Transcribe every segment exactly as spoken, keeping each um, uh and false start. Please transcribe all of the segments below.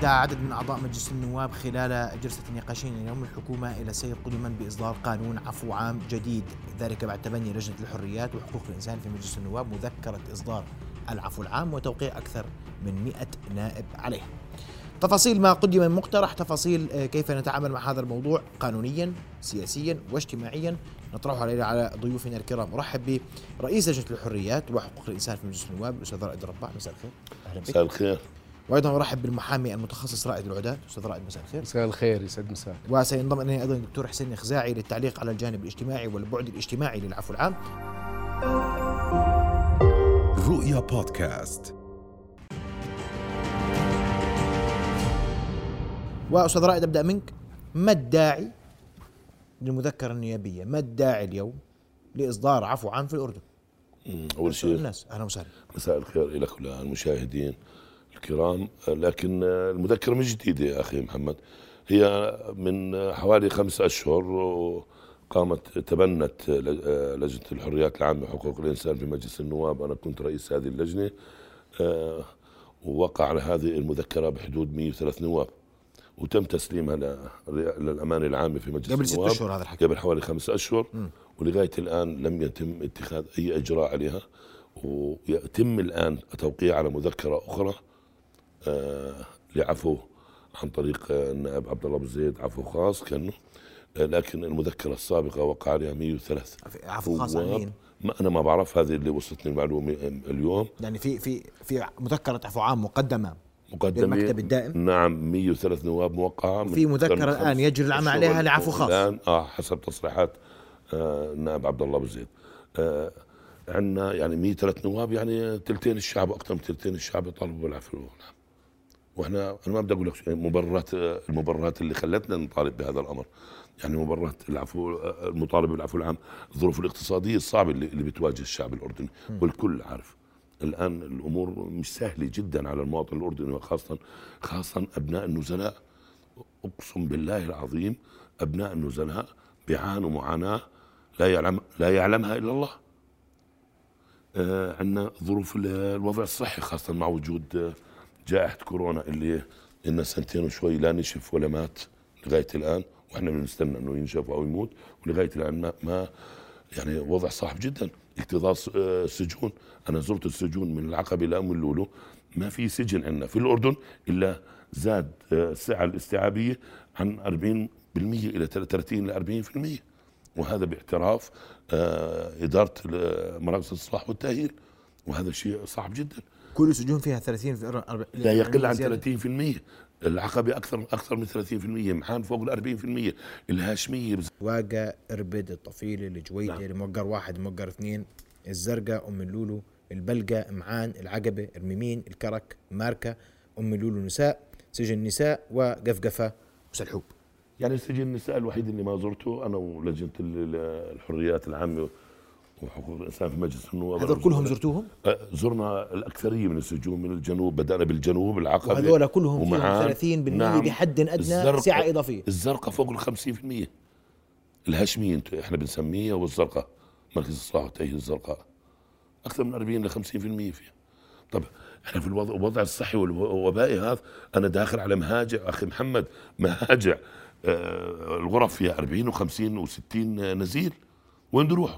دعا عدد من أعضاء مجلس النواب خلال جلسة النقاشين اليوم الحكومة إلى سير قدما بإصدار قانون عفو عام جديد، ذلك بعد تبني لجنة الحريات وحقوق الإنسان في مجلس النواب مذكرة إصدار العفو العام وتوقيع أكثر من مئة نائب عليه. تفاصيل ما قدم من مقترح، تفاصيل كيف نتعامل مع هذا الموضوع قانونيا سياسيا واجتماعيا نطرحها علينا على ضيوفنا الكرام. أرحب برئيس لجنة الحريات وحقوق الإنسان في مجلس النواب الأستاذ رائد الرباع، مساء الخير. أهلا بك. مساء الخير. وأيضا أرحب بالمحامي المتخصص رائد العداد أستاذ رائد، مساء الخير. مساء الخير، يسعد مساك. وسينضم إلينا أيضا الدكتور حسين الخزاعي للتعليق على الجانب الاجتماعي والبعد الاجتماعي للعفو العام. رؤيا بودكاست. وأستاذ رائد أبدأ منك، ما الداعي للمذكرة النيابية؟ ما الداعي اليوم لإصدار عفو عام في الأردن؟ أول شيء الناس أهلا وسهلا، مساء الخير لك وللمشاهدين الكرام. لكن المذكرة مش جديدة يا أخي محمد، هي من حوالي خمسة أشهر قامت تبنت لجنة الحريات العامة وحقوق الإنسان في مجلس النواب، أنا كنت رئيس هذه اللجنة، ووقع على هذه المذكرة بحدود مئة وثلاثة نواب، وتم تسليمها للأمانة العامة في مجلس قبل النواب ست أشهر، هذا الحكي قبل حوالي خمسة أشهر م. ولغاية الآن لم يتم اتخاذ أي إجراء عليها، ويتم الآن توقيع على مذكرة أخرى آه لعفو عن طريق النائب عبد الله أبو زيد، عفو خاص كأنه، آه لكن المذكرة السابقة وقع عليها مئة وثلاثة عفو خاص عن مين؟ ما أنا ما بعرف، هذه اللي وصلتني المعلومة اليوم. يعني في في في مذكرة عفو عام مقدمة مقدمة للمكتب الدائم، نعم، مئة وثلاثة نواب موقعة في مذكرة الآن يجري العمل عليها لعفو خاص الآن آه حسب تصريحات آه النائب عبد الله أبو زيد. آه عندنا يعني مئة وثلاثة نواب، يعني ثلثين الشعب وأكثر من ثلثين الشعب يطالبوا بالعفو. واحنا انا ما بدي اقول لك مبررات المبررات اللي خلتنا نطالب بهذا الامر، يعني مبررات العفو، المطالبه بالعفو العام، الظروف الاقتصاديه الصعبه اللي, اللي بتواجه الشعب الاردني، والكل عارف الان الامور مش سهله جدا على المواطن الاردني، وخاصه خاصه ابناء النزلاء. اقسم بالله العظيم ابناء النزلاء بيعانوا معاناه لا يعلم لا يعلمها الا الله. آه عندنا ظروف الوضع الصحي، خاصه مع وجود جائحة كورونا اللي إلنا سنتين وشوي لا نشف ولا مات لغاية الآن، وإحنا بنستنى إنه ينشف أو يموت، ولغاية الآن ما, ما يعني وضع صعب جدا. اكتظاظ سجون، أنا زرت السجون من العقبة إلى أم اللولو، ما في سجن عندنا في الأردن إلا زاد السعة الاستيعابية عن أربعين بالمئة إلى ثلاثين إلى أربعين بالمئة، وهذا باعتراف إدارة مراكز الإصلاح والتأهيل، وهذا شيء صعب جدا. كل سجون فيها ثلاثين في لا يقل عن ثلاثين بالمئة، العقبة أكثر أكثر من ثلاثين بالمئة، محان فوق الأربعين بالمئة، الهاشمية، واقع، إربد، الطفيلة، الجويدة، نعم. الموقر واحد، الموقر اثنين، الزرقاء، أم اللولو، البلقة، معان، العقبة، الميمين، الكرك، ماركة، أم اللولو نساء، سجن النساء، وقفقفة وسلحوب. يعني سجن النساء الوحيد اللي ما زرته أنا ولجنة الحريات العامة وحقوق الإنسان في مجلس النواب. هذول كلهم زرتوهم؟ زرنا الأكثرية من السجون من الجنوب، بدأنا بالجنوب العقبة، وهذول كلهم فيهم ثلاثين بالمئة نعم. بحد أدنى سعة إضافية. الزرقاء فوق الخمسين بالمئة، الهاشمية إحنا بنسميها، والزرقاء مركز الإصلاح والتأهيل الزرقاء أكثر من أربعين إلى خمسين بالمئة فيها. طب إحنا في الوضع الوضع الصحي والوبائي هذا، أنا داخل على مهاجع أخي محمد، مهاجع آه الغرف فيها أربعين وخمسين وستين نزيل، وين نروح؟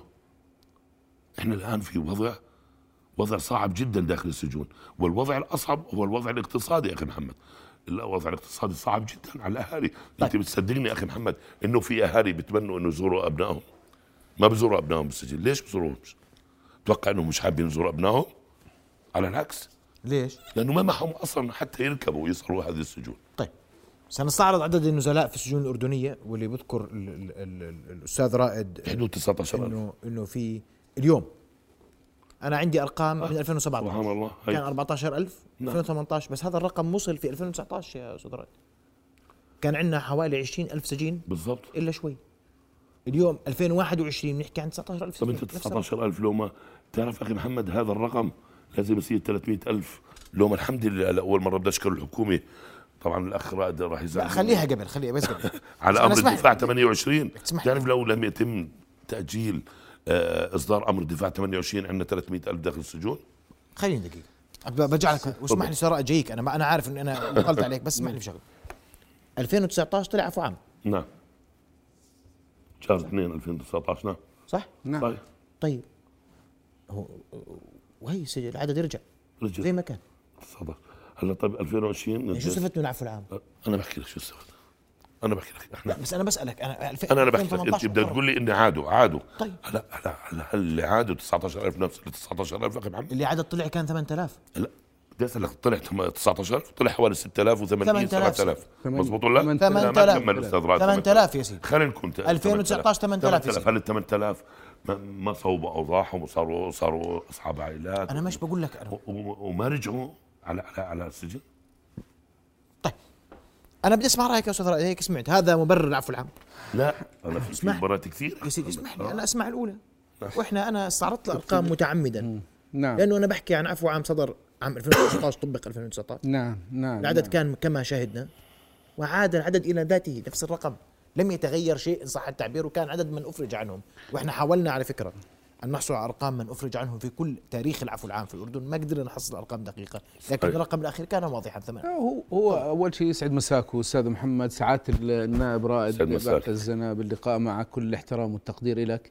احنا الان في وضع وضع صعب جدا داخل السجون، والوضع الاصعب هو الوضع الاقتصادي يا اخي محمد. الوضع الاقتصادي صعب جدا على الاهالي. طيب. انت بتصدقني يا اخي محمد انه في اهالي بتمنوا انه يزوروا ابنائهم، ما بزوروا ابنائهم بالسجن؟ ليش بزوروهمش؟ توقع انهم مش حابين يزوروا ابنائهم؟ على العكس. ليش؟ لانه ما معهم اصلا حتى يركبوا ويصلوا هذه السجون. طيب سنستعرض عدد النزلاء في السجون الأردنية، واللي بذكر ال ال ال الأستاذ رائد حدود تسعة عشر ألف، إنه إنه في اليوم أنا عندي أرقام من ألفين وسبعة عشر سبحان الله كان أربعة عشر ألف، نعم. ألفين وثمانية عشر بس هذا الرقم وصل في ألفين وتسعة عشر يا أستاذ رائد، كان عندنا حوالي عشرين ألف سجين بالضبط إلا شوي. اليوم ألفين وواحد وعشرين نحكي عن تسعة عشر ألف سجين. طب أنت تسعة عشر ألف لو ما تعرف أخي محمد هذا الرقم لازم يصير ثلاثمئة ألف. لو ما الحمد لله لأول مرة بدي أشكر الحكومة، طبعا الأخ رائد راح يزعل، خليها قبل خليها بس قبل على أمر الدفاع ثمانية وعشرين. تعرف لو لم يتم تأجيل إصدار أمر الدفاع ثمانية وعشرين عندنا ثلاثمئة ألف داخل السجون. خلينا دقيقة، برجعلك واسمح لي سراء جايك انا ما انا عارف ان انا غلط عليك بس اسمح لي بشغله. ألفين وتسعطعش طلع عفو عام. نعم شهر اثنين ألفين وتسعطعش. نعم صح؟ نعم صحيح. طيب هو وهي العدد يرجع رجع زي ما كان تسعطعش. هلا طيب ألفين وعشرين يعني شو استفدت من العفو العام؟ انا بحكي لك شو استفدت. انا بحكي لك احنا لا بس انا بسالك انا الف... انا انا بحكي لك انت بدك تقول لي اني عادوا عادوا. طيب هلا هلا هلا اللي عادوا تسعطعش ألف نفس ال تسعطعش ألف اخي محمد اللي عدد طلع كان ثمانية آلاف. لا بدي اسالك طلع تسعطعش ألف طلع حوالي ستة آلاف وثمانمية سبعة آلاف مضبوط ولا لا؟ ثمانية آلاف ثمانية آلاف يا سيدي خلينا نكون ألفين وتسعطعش ثمانية آلاف. هل ال ثمانية آلاف ما صوبوا اوضاعهم وصاروا صاروا اصحاب عائلات؟ انا مش بقول لك انا وما رجعوا على على على السجن. طيب انا بدي اسمع رايك يا استاذ رائد. هيك سمعت هذا مبرر العفو العام؟ لا انا في مبررات كثير يا سيدي اسمح لي انا اسمع الاولى. واحنا انا استعرضت الارقام متعمدا. نعم لانه انا بحكي عن عفو عام صدر عام ألفين وتسعطعش طبق ألفين وتسعطعش. نعم نعم العدد نعم. كان كما شاهدنا وعاد العدد الى ذاته نفس الرقم لم يتغير شيء ان صح التعبير. وكان عدد من افرج عنهم واحنا حاولنا على فكره ان نحصل على ارقام من افرج عنهم في كل تاريخ العفو العام في الاردن ما قدرنا نحصل ارقام دقيقه لكن صحيح. الرقم الاخير كان واضحا ثمانية. هو هو اول شيء يسعد مساكو استاذ محمد سعاده النائب رائد بعتزنا باللقاء معك كل الاحترام والتقدير لك.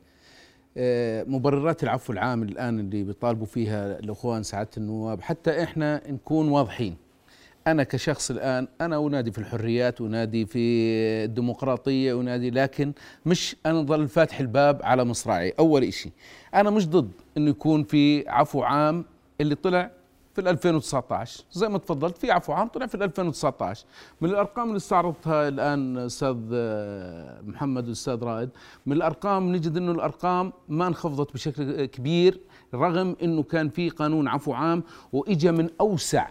مبررات العفو العام الان اللي بيطالبوا فيها الاخوان سعاده النواب حتى احنا نكون واضحين. أنا كشخص الآن أنا أنادي في الحريات أنادي في الديمقراطية أنادي لكن مش أنا ظل فاتح الباب على مصراعي. أول إشي أنا مش ضد أنه يكون في عفو عام اللي طلع في ألفين وتسعطعش زي ما تفضلت في عفو عام طلع في ألفين وتسعطعش. من الأرقام اللي استعرضتها الآن أستاذ محمد والأستاذ رائد من الأرقام نجد أنه الأرقام ما انخفضت بشكل كبير رغم أنه كان في قانون عفو عام وإجا من أوسع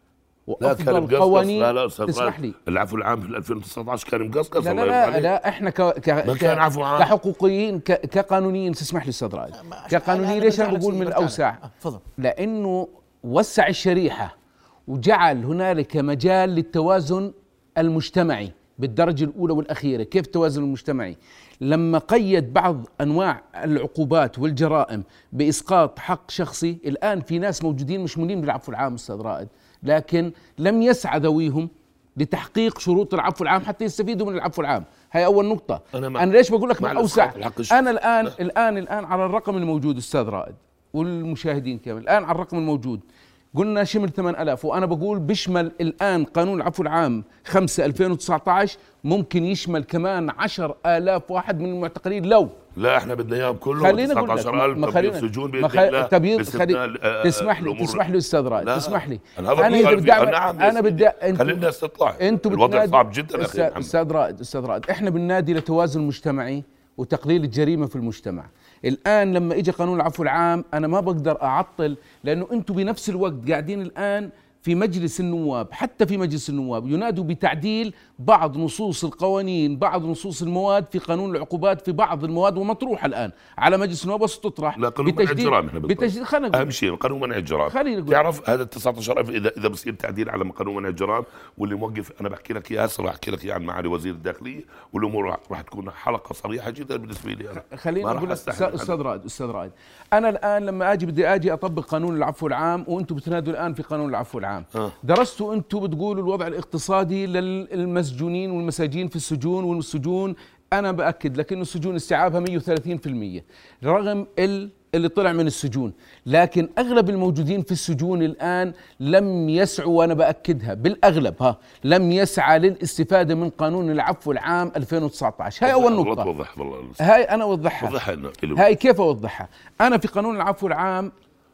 وافضل قوانين. لا لا تسمح لي العفو العام في ألفين وتسعطعش كان مقصقص. لا لا لا, لا احنا ك ك كان عفو عام كحقوقيين ك كقانونيين تسمح لي استاذ رائد كقانونيين ليش انا بقول من الاوسع؟ تفضل. لانه وسع الشريحه وجعل هنالك مجال للتوازن المجتمعي بالدرجه الاولى والاخيره. كيف التوازن المجتمعي؟ لما قيد بعض انواع العقوبات والجرائم باسقاط حق شخصي. الان في ناس موجودين مشمولين بالعفو العام استاذ رائد لكن لم يسعى ذويهم لتحقيق شروط العفو العام حتى يستفيدوا من العفو العام. هاي اول نقطة. أنا, أنا ليش بقول لك من أوسع؟ أنا الآن لا. الآن الآن على الرقم الموجود أستاذ رائد والمشاهدين كامل الآن على الرقم الموجود قلنا شمل ثمانية آلاف وأنا بقول بيشمل الآن قانون العفو العام خمسة ألفين وتسعطعش ممكن يشمل كمان عشرة آلاف واحد من المعتقلين لو لا احنا بدنا اياهم كلهم. خلينا نقول لك ما خلينا سجون باذن تبييض خلي تسمح لي تسمح لي استاذ رائد تسمح لي انا انا بدي انا بدي خلينا استطلاع. انتم الوضع صعب جدا اخي محمد. استاذ رائد استاذ رائد احنا بننادي لتوازن مجتمعي وتقليل الجريمه في المجتمع. الان لما اجى قانون العفو العام انا ما بقدر اعطل لانه انتم بنفس الوقت قاعدين الان في مجلس النواب حتى في مجلس النواب ينادوا بتعديل بعض نصوص القوانين بعض نصوص المواد في قانون العقوبات في بعض المواد ومطروحة الآن على مجلس النواب بس تطرح. لا قانون منع الجرائم احنا بتجديد خلينا أهم شيء قانون منع الجرائم. تعرف هذا تسعطعش ألف إذا إذا بصير تعديل على قانون منع الجرائم واللي موقف أنا بحكي لك إياه هسه راح أحكي لك إياه عن معالي وزير الداخلية والأمور راح تكون حلقة صريحة جدا بالنسبة لي أنا. خليني أقول لك أستاذ رائد أستاذ رائد أنا الآن لما أجي بدي أجي أطبق قانون العفو العام وأنتم بتنادوا الآن في قانون العفو العام. أه. درستوا أنتم بتقولوا الوضع الاقتصادي للمسجونين والمساجين في السجون والسجون أنا بأكد لك إنه السجون استيعابها مئة وثلاثين بالمئة رغم اللي طلع من السجون لكن أغلب الموجودين في السجون الآن لم يسعوا وأنا بأكدها بالأغلب ها لم يسعى للاستفادة من قانون العفو العام ألفين وتسعطعش. هاي أول نقطة. وضح هاي أنا أوضحها. وضحها. هاي كيف أوضحها؟ أنا في قانون العفو العام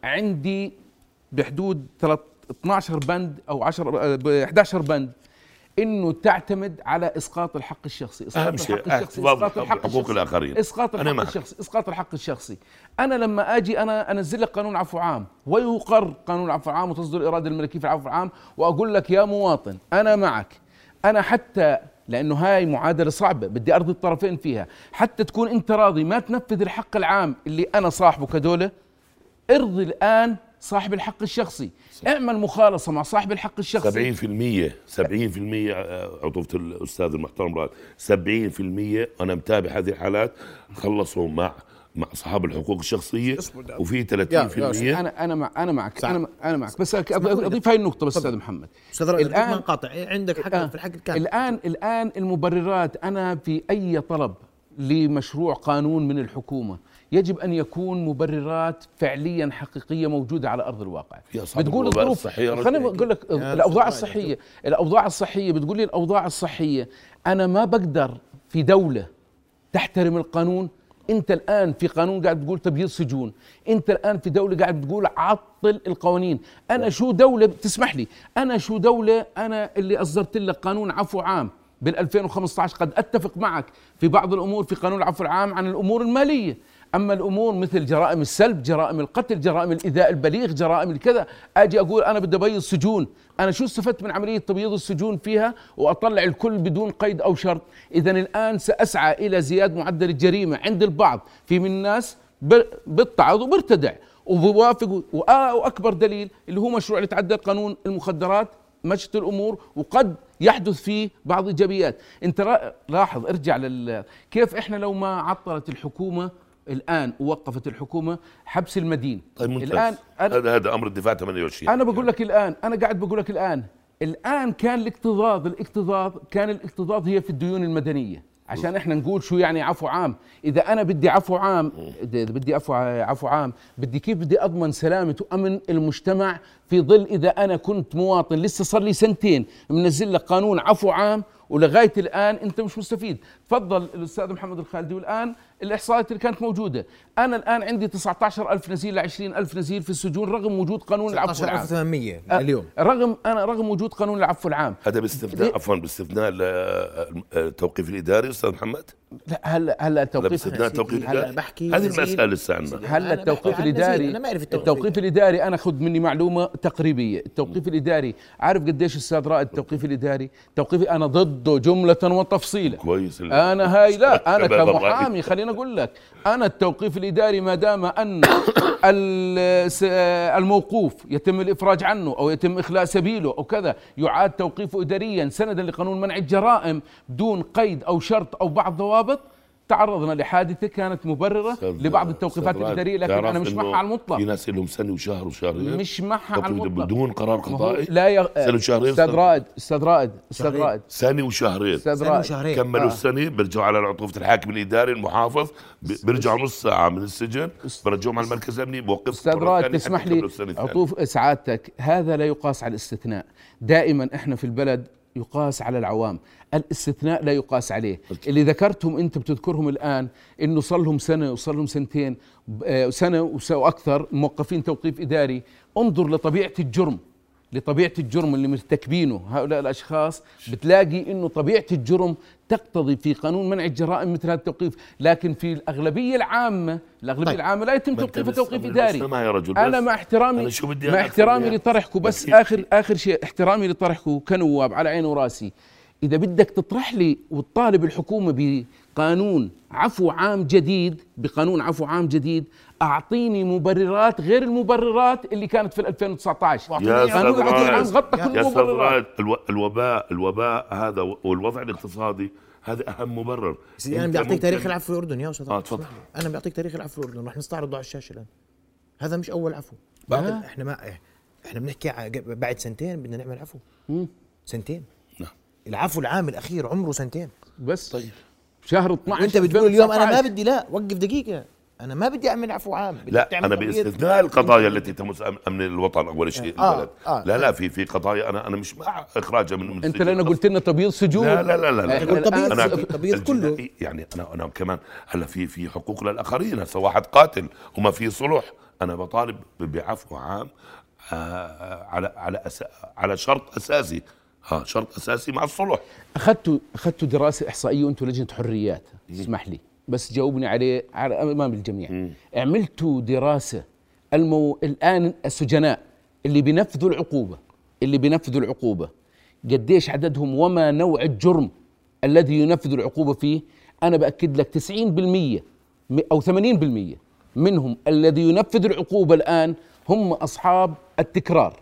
عندي بحدود اثني عشر بند أو عشرة أحد عشر بند انه تعتمد على اسقاط الحق الشخصي. اسقاط اهم شيء اسقاط حقوق الاخرين. اسقاط الحق الشخصي اسقاط الحق الشخصي. انا لما اجي انا انزل لك قانون عفو عام ويقر قانون العفو العام وتصدر الاراده الملكيه في العفو العام واقول لك يا مواطن انا معك انا حتى لانه هاي معادله صعبه بدي ارضي الطرفين فيها حتى تكون انت راضي ما تنفذ الحق العام اللي انا صاحبه كدوله ارضي الان صاحب الحق الشخصي. اعمل مخالصة مع صاحب الحق الشخصي. سبعين في المية سبعين في المية عطوفة الأستاذ المحترم رائد سبعين في المية أنا متابع هذه الحالات خلصوا مع مع اصحاب الحقوق الشخصيه وفي ثلاثين بالمئة. انا انا مع انا معك انا انا معك بس اضيف هاي النقطه بس استاذ محمد. الان ما قاطع عندك حق في الحق الكامل. الان الان المبررات، انا في اي طلب لمشروع قانون من الحكومه يجب أن يكون مبررات فعليا حقيقية موجودة على أرض الواقع. بتقول الظروف، خليني أقول لك الأوضاع الصحية، الأوضاع الصحية بتقول لي الأوضاع الصحية، أنا ما بقدر في دولة تحترم القانون. أنت الآن في قانون قاعد بتقول تبييض سجون، أنت الآن في دولة قاعد بتقول عطل القوانين. أنا شو دولة تسمح لي؟ أنا شو دولة أنا اللي أصدرت لك قانون عفو عام بال ألفين وخمسة عشر، قد أتفق معك في بعض الأمور في قانون العفو العام عن الأمور المالية، أما الأمور مثل جرائم السلب، جرائم القتل، جرائم الإيذاء البليغ، جرائم الكذا، أجي أقول أنا بدي أبيض سجون. أنا شو استفدت من عملية تبييض السجون فيها وأطلع الكل بدون قيد أو شرط؟ إذا الآن سأسعى إلى زيادة معدل الجريمة عند البعض، في من الناس بتعظ وبرتدع وبوافق. وأكبر دليل اللي هو مشروع اللي تعدل قانون المخدرات، مشت الأمور وقد يحدث فيه بعض الإيجابيات. أنت لاحظ، ارجع لل كيف إحنا لو ما عطلت الحكومة الآن ووقفت الحكومة حبس المدين. طيب الآن هذا هذا أمر الدفاع ثمانية وعشرين. أنا بقول لك الآن، أنا قاعد بقول لك الآن الآن كان الاكتظاظ الاكتظاظ كان الاكتظاظ هي في الديون المدنية، عشان احنا نقول شو يعني عفو عام. إذا أنا بدي عفو عام، إذا بدي عفو عفو عام، بدي كيف بدي أضمن سلامة وأمن المجتمع في ظل إذا أنا كنت مواطن لسه صار لي سنتين منزل لك قانون عفو عام ولغاية الآن أنت مش مستفيد. تفضل الأستاذ محمد الخالدي، والآن الإحصائيات اللي كانت موجودة، أنا الآن عندي تسعة عشر ألف نزيل ل عشرين ألف نزيل في السجون رغم وجود قانون العفو العام. تسعة عشر ألف وثمانمئة اليوم، رغم أنا رغم وجود قانون العفو العام. هذا باستثناء عفوا باستثناء التوقيف الإداري أستاذ محمد؟ لا هلا هلا التوقيف التوقيف الإداري هذه المسألة لسه عندنا. هلا التوقيف الإداري، التوقيف الإداري أنا خذ مني معلومة تقريبية. التوقيف الإداري عارف قديش أستاذ رائد التوقيف الإداري؟ توقيف أنا ضده جملة وتفصيلا. كويس. أنا هاي لا أنا كمحامي خليني أقول لك، أنا التوقيف الإداري ما دام أن الموقوف يتم الإفراج عنه أو يتم إخلاء سبيله أو كذا يعاد توقيفه إداريا سندا لقانون منع الجرائم بدون قيد أو شرط أو بعض ضوابط. تعرضنا لحادثة كانت مبررة لبعض التوقيفات الإدارية، لكن أنا مش معها على المطلق. في ناس لهم سنة وشهر وشهرين مش معها على المطلق بدون قرار قضائي. لا يغ... سنة وشهرين. أستاذ رائد أستاذ رائد أستاذ رائد سنة وشهرين سنة وشهرين كملوا آه. السنة بيرجعوا على عطوفة الحاكم الإداري المحافظ، بيرجعوا نص ساعة من السجن برجعهم على المركز الأمني بوقف. أستاذ رائد تسمح لي عطوف سعادتك، هذا لا يقاس على الاستثناء. دائما إحنا في البلد يقاس على العوام، الاستثناء لا يقاس عليه. اللي ذكرتهم انت بتذكرهم الان انه صار لهم سنه وصار لهم سنتين سنه واكثر موقفين توقيف اداري. انظر لطبيعه الجرم، لطبيعه الجرم اللي مرتكبينه هؤلاء الاشخاص، بتلاقي انه طبيعه الجرم تقتضي في قانون منع الجرائم مثل هذا التوقيف، لكن في الاغلبيه العامه الاغلبيه طيب. العامه لا يتم توقيفها توقيف اداري. انا مع احترامي مع احترامي لطرحكم، بس اخر اخر شيء احترامي لطرحكم كنواب على عيني وراسي، إذا بدك تطرح لي وتطالب الحكومة بقانون عفو عام جديد، بقانون عفو عام جديد، أعطيني مبررات غير المبررات اللي كانت في ألفين وتسعة عشر. يا قانون العفو العام غطى كل المبررات. الوباء الوباء هذا والوضع الاقتصادي هذا أهم مبرر. أنا بيعطيك تاريخ العفو في الأردن يا أستاذ. آه تفضل. أنا بيعطيك تاريخ العفو في الأردن، رح نستعرضه على الشاشة الآن. هذا مش أول عفو. بعد آه. إحنا ما إحنا بنحكي بعد سنتين بدنا نعمل عفو. مم. سنتين. العفو العام الاخير عمره سنتين بس. طيب شهر اثنعش انت بتقول اليوم انا ما بدي، لا وقف دقيقه، انا ما بدي اعمل عفو عام. لا انا باستثناء القضايا التي تمس امن الوطن اول شيء آه البلد. آه لا لا في في قضايا انا انا مش مع اخراجها من, من انت لنا قلت لنا تبييض سجون. لا لا لا لا, لا. تبييض أنا تبييض كله يعني انا انا كمان هلا في في حقوق للاخرين. هسه واحد قاتل وما في صلح، انا بطالب بعفو عام آه على على أس... على شرط اساسي، ها شرط اساسي مع الصلح. اخذتوا اخذتوا دراسه احصائيه وانتم لجنه حريات، اسمح لي بس جاوبني عليه على امام الجميع. مم. عملتوا دراسه المو... الان السجناء اللي بينفذوا العقوبه اللي بينفذوا العقوبه قديش عددهم وما نوع الجرم الذي ينفذ العقوبه فيه؟ انا باكد لك تسعين بالمئة او ثمانين بالمئة منهم الذي ينفذ العقوبه الان هم اصحاب التكرار،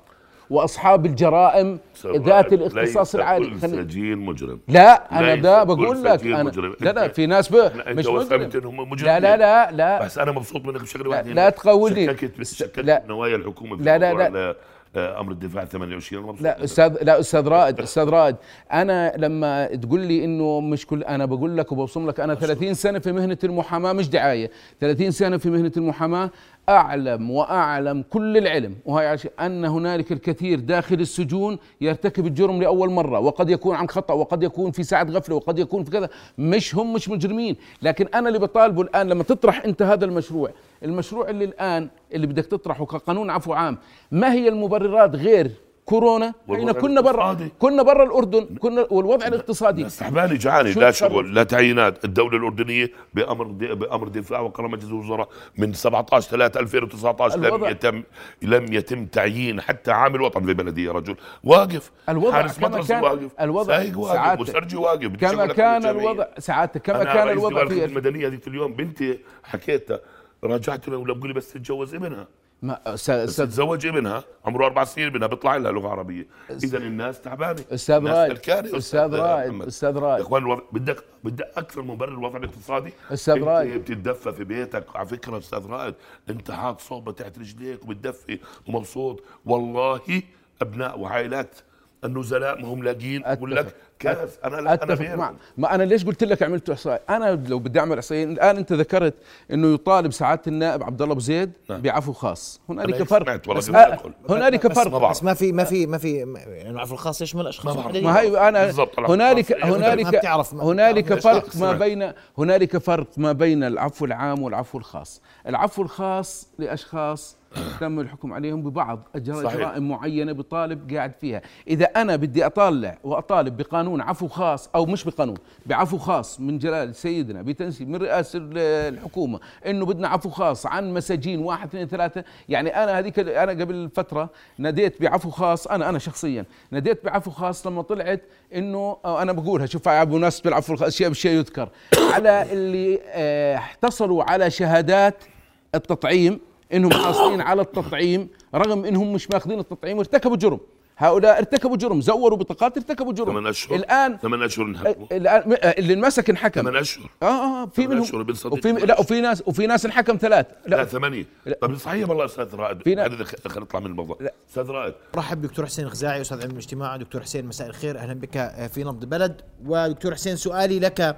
واصحاب الجرائم ذات الاختصاص العالي. كل سجين مجرم. لا انا ده بقول لك أنا لا لا في ناس مش مجرم. لا لا لا لا بس انا مبسوط منك بشغله واحده. لا تقولي شككت شككت نوايا الحكومه في لا لا لا امر الدفاع ثمانية وعشرين. لا استاذ لا استاذ رائد استاذ رائد انا لما تقول لي انه مش كل انا بقول لك وبوصم لك انا ثلاثين سنه في مهنه المحاماه، مش دعايه، ثلاثين سنه في مهنه المحاماه، اعلم واعلم كل العلم وهي ان هنالك الكثير داخل السجون يرتكب الجرم لاول مره، وقد يكون عن خطا وقد يكون في ساعه غفله وقد يكون في كذا، مش هم مش مجرمين. لكن انا اللي بطالبه الان لما تطرح انت هذا المشروع المشروع اللي الان اللي بدك تطرحه كقانون عفو عام، ما هي المبررات غير كورونا؟ احنا كنا برا كنا برا الاردن كنا والوضع الاقتصادي استحباني جعاني لا شغل لا تعيينات. الدوله الاردنيه بامر دي بامر دفاع وقرار مجلس الوزراء من سبعة عشر ثلاثة ألفين وتسعة عشر لم يتم لم يتم تعيين حتى عامل وطن في بلديه رجل واقف. الوضع كما كان واقف. الوضع واقف مسرجي واقف كما كان الوضع ساعات كما كان الوضع في المدنيه هذيك اليوم بنتي حكيتها راجعت له ولا بقول لي بس تتجوز ابنها ما تتزوج ابنها عمره اربع سنين ابنها بيطلع لها لغه عربيه. اذا الناس تعبانه. استاذ رائد استاذ رائد استاذ رائد يا اخوان الوضع بدك بدك اكثر مبرر الوضع الاقتصادي. استاذ رائد بتتدفى في بيتك. على فكره استاذ رائد انت حاط صوبه تحت رجليك وبتدفي ومبسوط. والله ابناء وعائلات النزلاء ما هم لاقين يقول لك كاس. انا لا اتفق انا مع ما انا ليش قلت لك عملت احصائيه. انا لو بدي اعمل احصائيه الان انت ذكرت انه يطالب سعاده النائب عبد الله ابو زيد نعم. بعفو خاص. هنالك فرق بس آه هنالك بس فرق بس ما في ما في ما في يعني العفو الخاص يشمل اشخاص محددين. ما هي انا هنالك هنالك هنالك فرق ما بين هنالك فرق ما بين العفو العام والعفو الخاص. العفو الخاص لاشخاص تم الحكم عليهم ببعض جرائم معينه بطالب قاعد فيها. اذا انا بدي اطالع واطالب بقانون عفو خاص او مش بقانون بعفو خاص من جلال سيدنا بتنسيب من رئاسه الحكومه انه بدنا عفو خاص عن مساجين واحد اثنين ثلاثه، يعني انا هذيك انا قبل فتره ناديت بعفو خاص. انا انا شخصيا ناديت بعفو خاص لما طلعت انه انا بقولها شوف بمناسبه العفو الخاص اشياء بالشيء يذكر على اللي احتصلوا على شهادات التطعيم انهم حاصلين على التطعيم رغم انهم مش ماخذين التطعيم وارتكبوا جرم. هؤلاء ارتكبوا جرم، زوروا بطاقات، ارتكبوا جرم. ثمان اشهر الان ثمان اشهر انحكموا. الان اللي انمسك انحكم ثمان اشهر. اه اه في منهم وفي لا وفي ناس وفي ناس انحكم ثلاث لا, لا ثمانيه. طيب صحيح والله استاذ رائد هذا خلينا نطلع من الموضوع. استاذ رائد رحب دكتور حسين الخزاعي استاذ علم الاجتماع. دكتور حسين مساء الخير، اهلا بك في نبض بلد. ودكتور حسين سؤالي لك،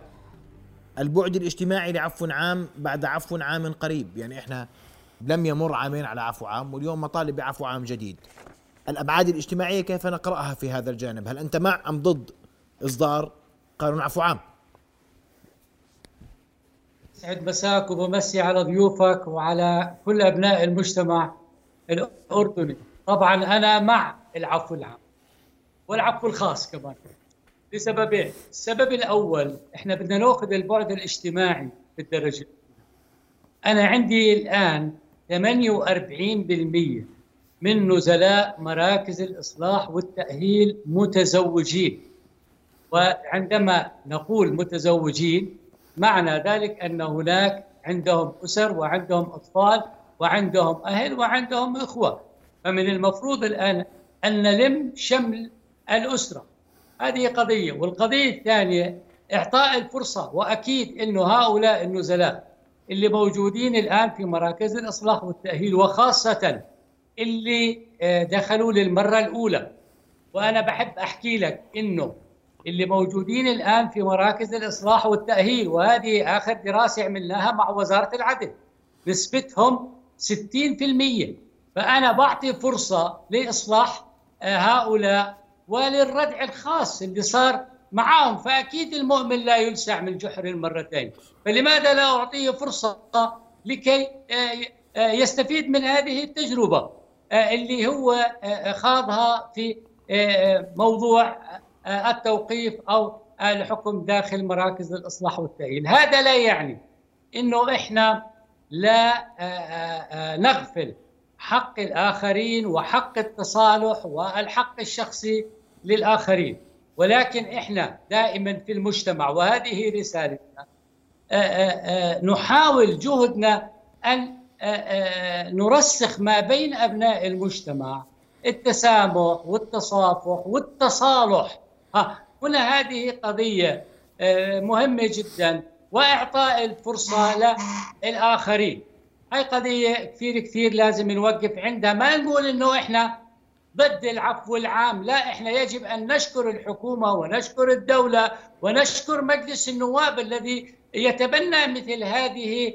البعد الاجتماعي لعفو عام بعد عفو عام قريب، يعني احنا لم يمر عامين على عفو عام واليوم مطالب بعفو عام جديد. الأبعاد الاجتماعية كيف نقرأها في هذا الجانب؟ هل أنت مع أم ضد إصدار قانون عفو عام؟ سعد مساك وبمسي على ضيوفك وعلى كل أبناء المجتمع الأردني. طبعا أنا مع العفو العام والعفو الخاص كمان لسببين. السبب الأول إحنا بدنا نأخذ البعد الاجتماعي بالدرجة. أنا عندي الآن ثمانية وأربعين بالمئة من نزلاء مراكز الإصلاح والتأهيل متزوجين، وعندما نقول متزوجين معنى ذلك أن هناك عندهم أسر وعندهم أطفال وعندهم أهل وعندهم إخوة، فمن المفروض الآن أن نلم شمل الأسرة. هذه قضية. والقضية الثانية إعطاء الفرصة، وأكيد أنه هؤلاء النزلاء اللي موجودين الآن في مراكز الإصلاح والتأهيل وخاصة اللي دخلوا للمرة الأولى، وأنا بحب أحكي لك إنه اللي موجودين الآن في مراكز الإصلاح والتأهيل، وهذه آخر دراسة عملناها مع وزارة العدل، نسبتهم ستين بالمئة. فأنا بعطي فرصة لإصلاح هؤلاء وللردع الخاص اللي صار معهم. فأكيد المؤمن لا يلسع من جحر المرتين، فلماذا لا أعطيه فرصة لكي يستفيد من هذه التجربة اللي هو خاضها في موضوع التوقيف أو الحكم داخل مراكز الإصلاح والتأهيل. هذا لا يعني إنه إحنا لا نغفل حق الآخرين وحق التصالح والحق الشخصي للآخرين، ولكن إحنا دائما في المجتمع، وهذه رسالتنا، نحاول جهدنا أن نرسخ ما بين أبناء المجتمع التسامح والتصافح والتصالح. ها هنا هذه قضية مهمة جدا، وإعطاء الفرصة للآخرين. هاي قضية كثير كثير لازم نوقف عندها. ما نقول إنه إحنا ضد العفو العام، لا، إحنا يجب أن نشكر الحكومة ونشكر الدولة ونشكر مجلس النواب الذي يتبنى مثل هذه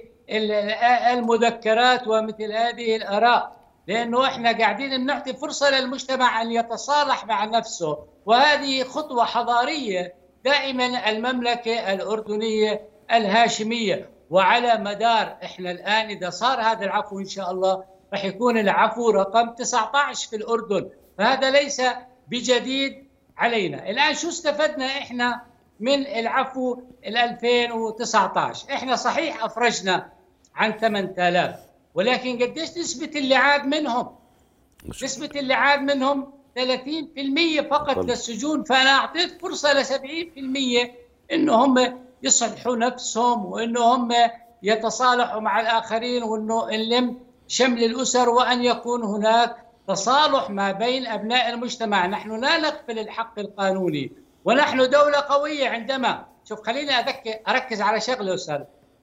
المذكرات ومثل هذه الآراء، لأنه إحنا قاعدين نعطي فرصة للمجتمع أن يتصالح مع نفسه، وهذه خطوة حضارية دائما المملكة الأردنية الهاشمية. وعلى مدار إحنا الآن إذا صار هذا العفو إن شاء الله رح يكون العفو رقم تسعة عشر في الأردن، فهذا ليس بجديد علينا. الآن شو استفدنا إحنا من العفو ألفين وتسعة عشر؟ إحنا صحيح أفرجنا عن ثمانية آلاف، ولكن قديش نسبة اللي عاد منهم؟ نسبة اللي عاد منهم ثلاثين بالمئة فقط للسجون، فأنا أعطيت فرصة ل سبعين بالمئة إنه هم يصلحوا نفسهم وإنه هم يتصالحوا مع الآخرين، وإنه نلم شمل الأسر، وأن يكون هناك تصالح ما بين أبناء المجتمع. نحن لا نغفل الحق القانوني، ونحن دولة قوية. عندما شوف خليني أذكر أركز على شغلة أستاذ،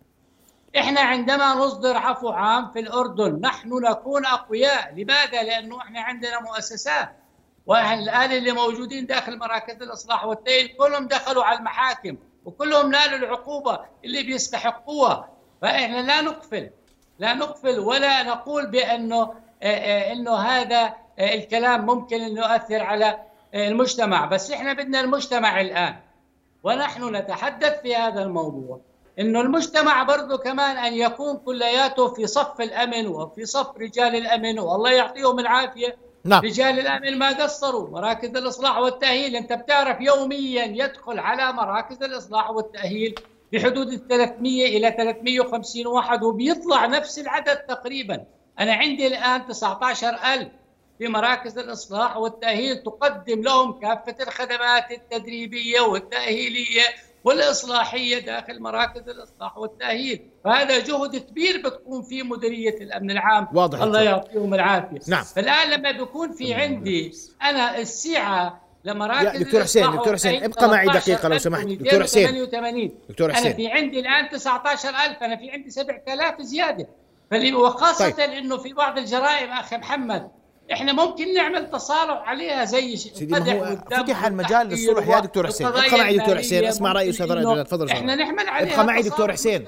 إحنا عندما نصدر عفو عام في الأردن نحن نكون أقوياء. لماذا؟ لأنه إحنا عندنا مؤسسات، والآن اللي موجودين داخل مراكز الإصلاح والتأهيل كلهم دخلوا على المحاكم وكلهم نالوا العقوبة اللي بيستحقوها. فإحنا لا نقفل لا نقفل ولا نقول بأنه إنه هذا الكلام ممكن أن يؤثر على المجتمع، بس إحنا بدنا المجتمع الآن، ونحن نتحدث في هذا الموضوع، إنه المجتمع برضو كمان أن يكون كلياته في صف الأمن وفي صف رجال الأمن، والله يعطيهم العافية. نعم. رجال الأمن ما قصروا، مراكز الإصلاح والتأهيل أنت بتعرف يوميا يدخل على مراكز الإصلاح والتأهيل بحدود الثلاثمئة إلى ثلاثمئة وخمسين واحد، وبيطلع نفس العدد تقريبا. أنا عندي الآن تسعة عشر ألف في مراكز الإصلاح والتأهيل تقدم لهم كافة الخدمات التدريبية والتأهيلية والإصلاحية داخل مراكز الإصلاح والتأهيل. فهذا جهد كبير بتكون فيه مديرية الأمن العام، واضح، الله يعطيهم العافية. نعم. فالآن لما بيكون في عندي أنا السعة لمراكز دكتور حسين دكتور حسين ابقى معي دقيقة لو سمحت. دكتور حسين دكتور حسين أنا في عندي الآن تسعة عشر ألف، أنا في عندي سبعة آلاف زيادة، وخاصة طيب. إنه في بعض الجرائم أخي محمد احنا ممكن نعمل تصالح عليها زي سيدي. ما هو فتح المجال للصلح يا دكتور حسين. ابقى معي دكتور حسين، اسمع راي استاذ رجل. تفضل. احنا نحمل عليها. ابقى معي دكتور حسين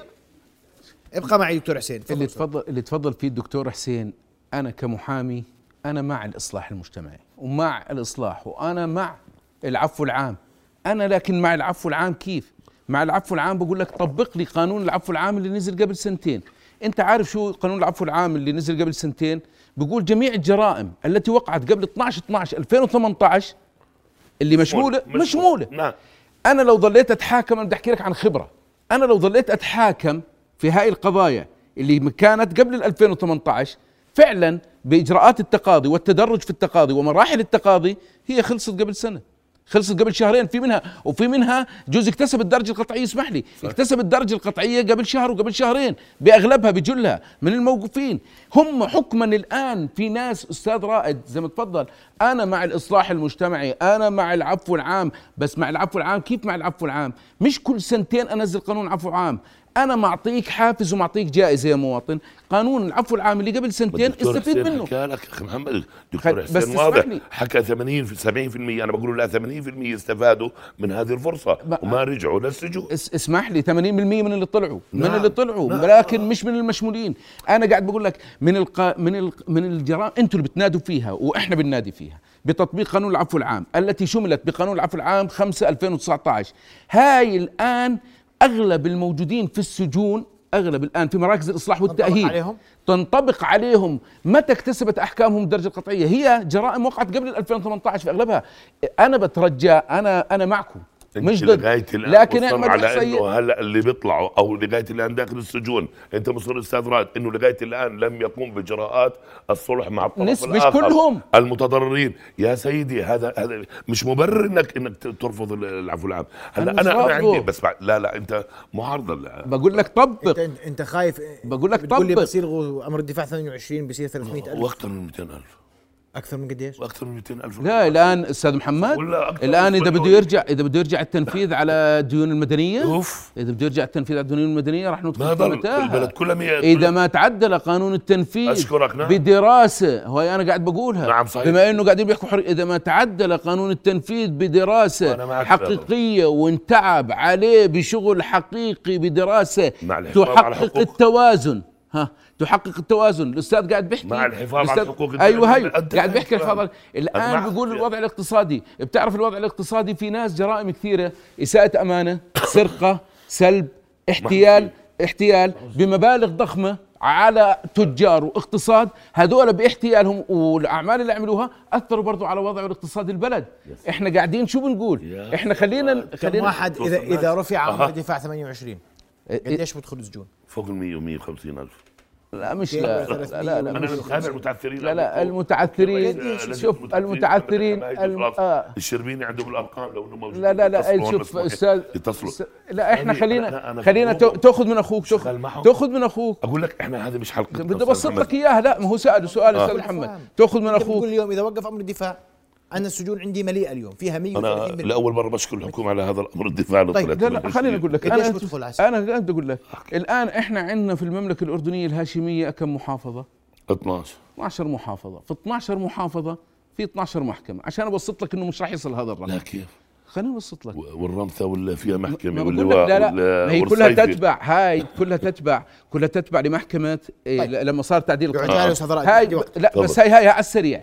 ابقى معي دكتور حسين. اللي تفضل اللي تفضل فيه الدكتور حسين، انا كمحامي انا مع الاصلاح المجتمعي ومع الاصلاح، وانا مع العفو العام. انا لكن مع العفو العام كيف؟ مع العفو العام بقول لك طبق لي قانون العفو العام اللي نزل قبل سنتين. انت عارف شو قانون العفو العام اللي نزل قبل سنتين؟ بيقول جميع الجرائم التي وقعت قبل اثنعش اثنعش ألفين وثمانية عشر اللي مشموله مشموله. نعم. انا لو ظليت اتحاكم، انا بدي احكي لك عن خبره، انا لو ظليت اتحاكم في هاي القضايا اللي كانت قبل ألفين وثمانية عشر فعلا باجراءات التقاضي والتدرج في التقاضي ومراحل التقاضي هي خلصت قبل سنه، خلصت قبل شهرين، في منها وفي منها جزء اكتسب الدرجه القطعيه. اسمح لي، اكتسب الدرجه القطعيه قبل شهر وقبل شهرين، باغلبها بجلها من الموقوفين. هم حكما الان في ناس استاذ رائد زي ما تفضل، انا مع الاصلاح المجتمعي، انا مع العفو العام، بس مع العفو العام كيف؟ مع العفو العام مش كل سنتين انزل قانون عفو عام. انا معطيك حافز ومعطيك جائزه يا مواطن. قانون العفو العام اللي قبل سنتين استفيد منه. حكى لك اخي محمد دكتور حسين واضح، حكى ثمانين سبعين بالمئة، انا بقول لا ثمانين بالمئة استفادوا من هذه الفرصه وما رجعوا للسجون. اسمح لي ثمانين بالمئة من اللي طلعوا. نعم. من اللي طلعوا. نعم. لكن مش من المشمولين. انا قاعد بقول لك من الق... من ال... من الجرائم انتم اللي بتنادوا فيها واحنا بننادي فيها بتطبيق قانون العفو العام التي شملت بقانون العفو العام خمسة ألفين وتسعة عشر. هاي الان اغلب الموجودين في السجون، اغلب الان في مراكز الاصلاح والتاهيل تنطبق عليهم, تنطبق عليهم متى اكتسبت احكامهم الدرجه القطعيه. هي جرائم وقعت قبل ألفين وثمانية عشر في اغلبها. انا بترجى، انا انا معكم مش ضد، لكن على انه هلا اللي بيطلعوا او لغايه الان داخل السجون، انت مصر استاذ رائد انه لغايه الان لم يقوم باجراءات الصلح مع الطرف الاخر، مش كلهم المتضررين. يا سيدي هذا هذا مش مبرر انك انك ترفض العفو العام. هلا انا انا, أنا عندي بس لا لا انت معارضه. بقول لك طبق. انت انت خايف. بقول لك طبق. بتقول لي بصير امر الدفاع ثمانية وعشرين بصير ثلاثمئة ألف واكثر من مئتين ألف. اكثر من قديش؟ اكثر من مئتين ألف. لا الان استاذ محمد الان اذا بده يرجع اذا بده يرجع التنفيذ على الديون المدنيه اوف اذا بده يرجع التنفيذ على الديون المدنيه راح ندخل في متاهه. البلد كلها مية اذا ما تعدل قانون التنفيذ أشكرك. نعم. بدراسه هو انا قاعد بقولها. نعم صحيح. بما انه قاعدين بيحكوا حر... اذا ما تعدل قانون التنفيذ بدراسه حقيقيه وانتعب عليه بشغل حقيقي بدراسه تحقق التوازن ها تحقق التوازن. الاستاذ قاعد بيحكي مع الحفاظ على حقوق الدولة. ايوه هي قاعد بيحكي الحفاظ. الان بيقول الوضع الاقتصادي. بتعرف الوضع الاقتصادي في ناس جرائم كثيره، اساءة امانه، سرقه، سلب، احتيال احتيال بمبالغ ضخمه على تجار واقتصاد. هذول باحتيالهم والاعمال اللي عملوها اثروا برضو على وضع الاقتصاد البلد. احنا قاعدين شو بنقول؟ احنا خلينا خلينا واحد اذا اذا رفع عمر الدفاع ثمانية وعشرين قديش بدخل السجون؟ فوق ال مئة ومئة وخمسين ألف. لا مش لا لا لا, لا انا بتابع المتعثرين. لا لا المتعثرين شوف المتعثرين الشربيني عندهم الارقام لو انه موجود. لا لا لا شوف استاذ يتصلوا. لا احنا خلينا خلينا تاخذ من اخوك تاخذ من اخوك. اقول لك احنا هذه مش حلقه بدي ابسط لك اياها. لا ما هو سؤال سؤال استاذ محمد تاخذ من اخوك. كل يوم اذا وقف امر الدفاع انا السجون عندي مليئه اليوم فيها مئة وثلاثين. انا لاول مره بشكر الحكومه على هذا الامر الدفاع. طيب لا لا خليني اقول لك انا انا بدي اقول لك الان احنا عندنا في المملكه الاردنيه الهاشميه كم محافظه؟ اثنعش اثنعش محافظه. في اثنعش محافظه في اثنعش محكمه عشان ابسط لك انه مش راح يصل هذا الرقم. لا كيف؟ خليني ابسط لك. والرمثه ولا فيها محكمه واللواء لا لا هي كلها تتبع هاي كلها تتبع كلها تتبع لمحكمه إيه طيب. لما صار تعديل القانون هاي لا بس هاي هاي على السريع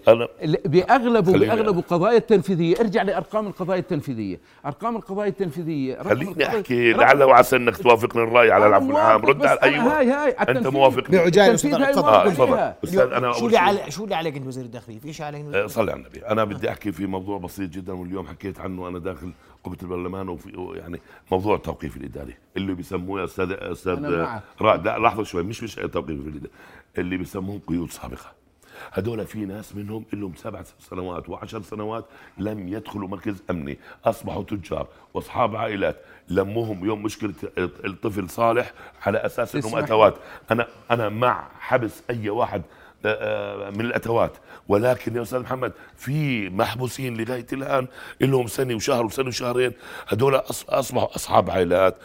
باغلب باغلب القضايا التنفيذيه. ارجع لارقام القضايا التنفيذيه. ارقام القضايا التنفيذيه خليني احكي لعل وعسى انك توافقني الراي على العفو العام. رد على ايوه هاي هاي انت موافقني. التنفيذ هاي استاذ انا شو اللي على شو اللي عليك انت وزير الداخليه؟ في شيء عليك؟ صلي على النبي. انا بدي احكي في موضوع بسيط جدا واليوم حكيت عنه انا داخل قبة البرلمان وفي يعني موضوع التوقيف الاداري اللي بيسموه يا استاذ استاذ رائد. لا لحظه شوي مش مش توقيف الاداري اللي بيسموهم قيود سابقه. هذول في ناس منهم لهم سبع سنوات وعشر سنوات لم يدخلوا مركز امني، اصبحوا تجار واصحاب عائلات. لموهم يوم مشكله الطفل صالح على اساس انهم اتوات. انا انا مع حبس اي واحد من الاتوات، ولكن يا استاذ محمد في محبوسين لغايه الان لهم سنه وشهر وسنه وشهرين. هذول اصبحوا اصحاب عائلات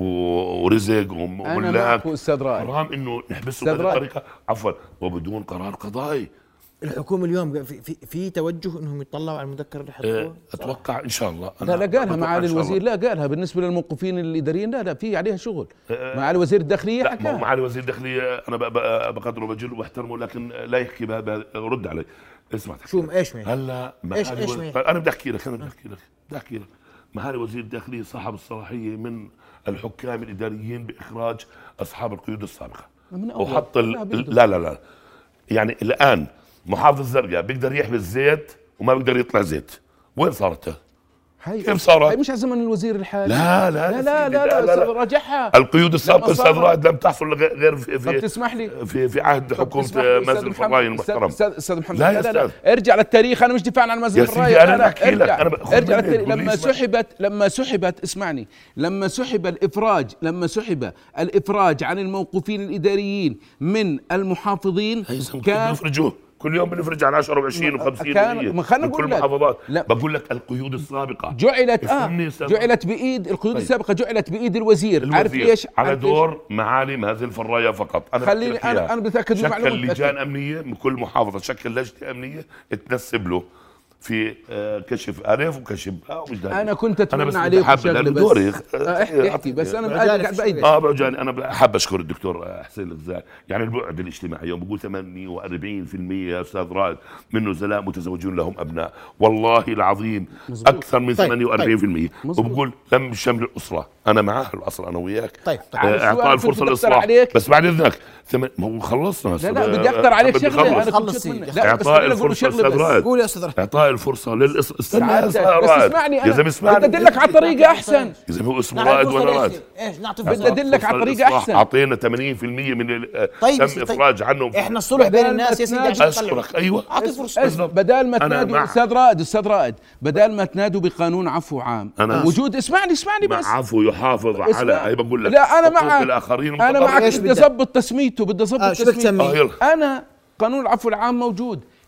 ورزق وملاك. حرام انه نحبسهم بهذه الطريقه عفوا وبدون قرار قضائي. الحكومه اليوم في في, في توجه انهم يطلعوا على المذكره اللي حطوها؟ اتوقع ان شاء الله. لا لا قالها معالي الوزير. لا قالها بالنسبه للموقوفين الاداريين. لا لا في عليها شغل. معالي وزير الداخليه حكى. لا معالي وزير الداخليه انا بقدره وبجله وبحترمه لكن لا يحكي بهذا. رد علي. اسمع شو ايش هلا ايش ايش انا بدي احكي لك انا بدي احكي لك بدي احكي لك معالي وزير الداخليه صاحب الصلاحيه من الحكام الاداريين باخراج اصحاب القيود السابقه وحط ال... لا لا لا يعني الان محافظ الزرقاء بيقدر يحبس زيت وما بيقدر يطلع زيت. وين صارت؟ كيف صارت؟ هي مش على زمن الوزير الحالي. لا لا لا لا لا, لا, لا, لا راجعها. القيود السابقه استاذ رائد لم تحصل غير في في تسمح لي في في عهد حكومه مازن الفراي المحترم. استاذ محمد لا, لا, لا, لا ارجع للتاريخ. انا مش دفاعا عن مازن الفراي. انا بحكي لك انا ارجع للتاريخ. لما سحبت لما سحبت اسمعني لما سحب الافراج لما سحب الافراج عن الموقوفين الاداريين من المحافظين كان يفرجوه كل يوم بنفرج على عشرة وعشرين وخمسين من كل المحافظات. بقول لك القيود السابقه جعلت اه جعلت بايد القيود طيب. السابقه جعلت بايد الوزير, الوزير. عارف ليش؟ على دور معالي مازن الفراي فقط. انا خليني انا انا بتاكد من شكل لجان امنيه من كل محافظه شكل لجنه امنيه تنسب له في كشف الف وكشف باء ومش داري. انا كنت اتمنى عليكم شغله بس دوري احكي احكي بس انا قاعد بايدك. اه بعجاني. انا حاب اشكر الدكتور حسين الغزال. يعني البعد الاجتماعي يوم بقول ثمانية وأربعين بالمئة يا استاذ رائد من نزلاء متزوجون لهم ابناء والله العظيم مزبوط. اكثر من طيب. ثمانية وأربعين بالمئة طيب. وبقول لم شمل الاسره. انا معاه الاسره انا وياك. طيب اعطاء الفرصه للاصلاح بس بعد اذنك ما هو خلصنا. لا لا بدي اقدر عليك شغله. انا خلص اعطاء الفرصه استاذ رائد. قول يا استاذ رائد. اعطاء الفرصه للاصلاح. استنى بس اسمعني انا بدي اسمعني بدي ادلك على طريقه احسن. اذا هو اسمه رائد وانا رائد ايش نعطي بدي ادلك على طريقه احسن. اعطينا ثمانين بالمئة من طيب تم افراج عنهم. احنا الصلح بين الناس يا سيدي عشان اشكرك. ايوه اعطي فرصه. بدل ما تنادوا استاذ رائد استاذ رائد بدل ما تنادوا بقانون عفو عام وجود اسمعني اسمعني بس عفو يحافظ على هي بقول لك لا انا معك الاخرين. انا معك بدي اظبط تسميته بدي اظبط تسميته. انا قانون العفو العام موجود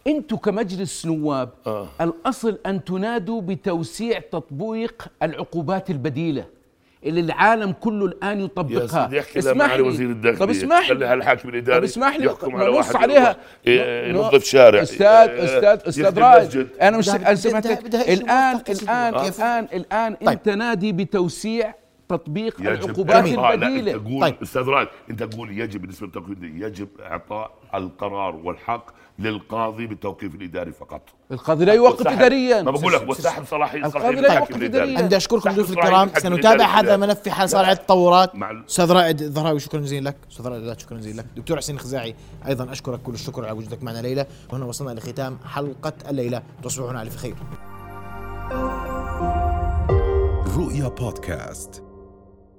انتم كمجلس نواب آه. الاصل ان تنادوا بتوسيع تطبيق العقوبات البديله اللي العالم كله الان يطبقها. يا سيدي احكي لها مع وزير الداخليه. طب اسمح لي، خليها الحاكم الاداري. طب اسمح لي يحكم على نص واحد عليها، ينظف شارع. استاذ استاذ استاذ رائد، انا مش انا سمعتك الان الان الان الان طيب. انت نادي بتوسيع تطبيق يجب العقوبات آه البديله. انت تقول طيب. استاذ رائد، انت تقول يجب بالنسبه للتوقيف يجب اعطاء القرار والحق للقاضي بالتوقيف الاداري فقط. القاضي لا يوقف اداريا. ما بقول لك وسحب صلاحيه القاضي لا يوقف اداريا. بدي اشكركم ضيوف الكرام، سنتابع هذا الملف في حال صار التطورات. مع استاذ رائد الظهراوي شكرا جزيلا لك، استاذ رائد شكرا جزيلا لك، دكتور حسين الخزاعي ايضا اشكرك كل الشكر على وجودك معنا ليله. وهنا وصلنا لختام حلقه الليله، تصبحون على الف خير. رؤيا بودكاست.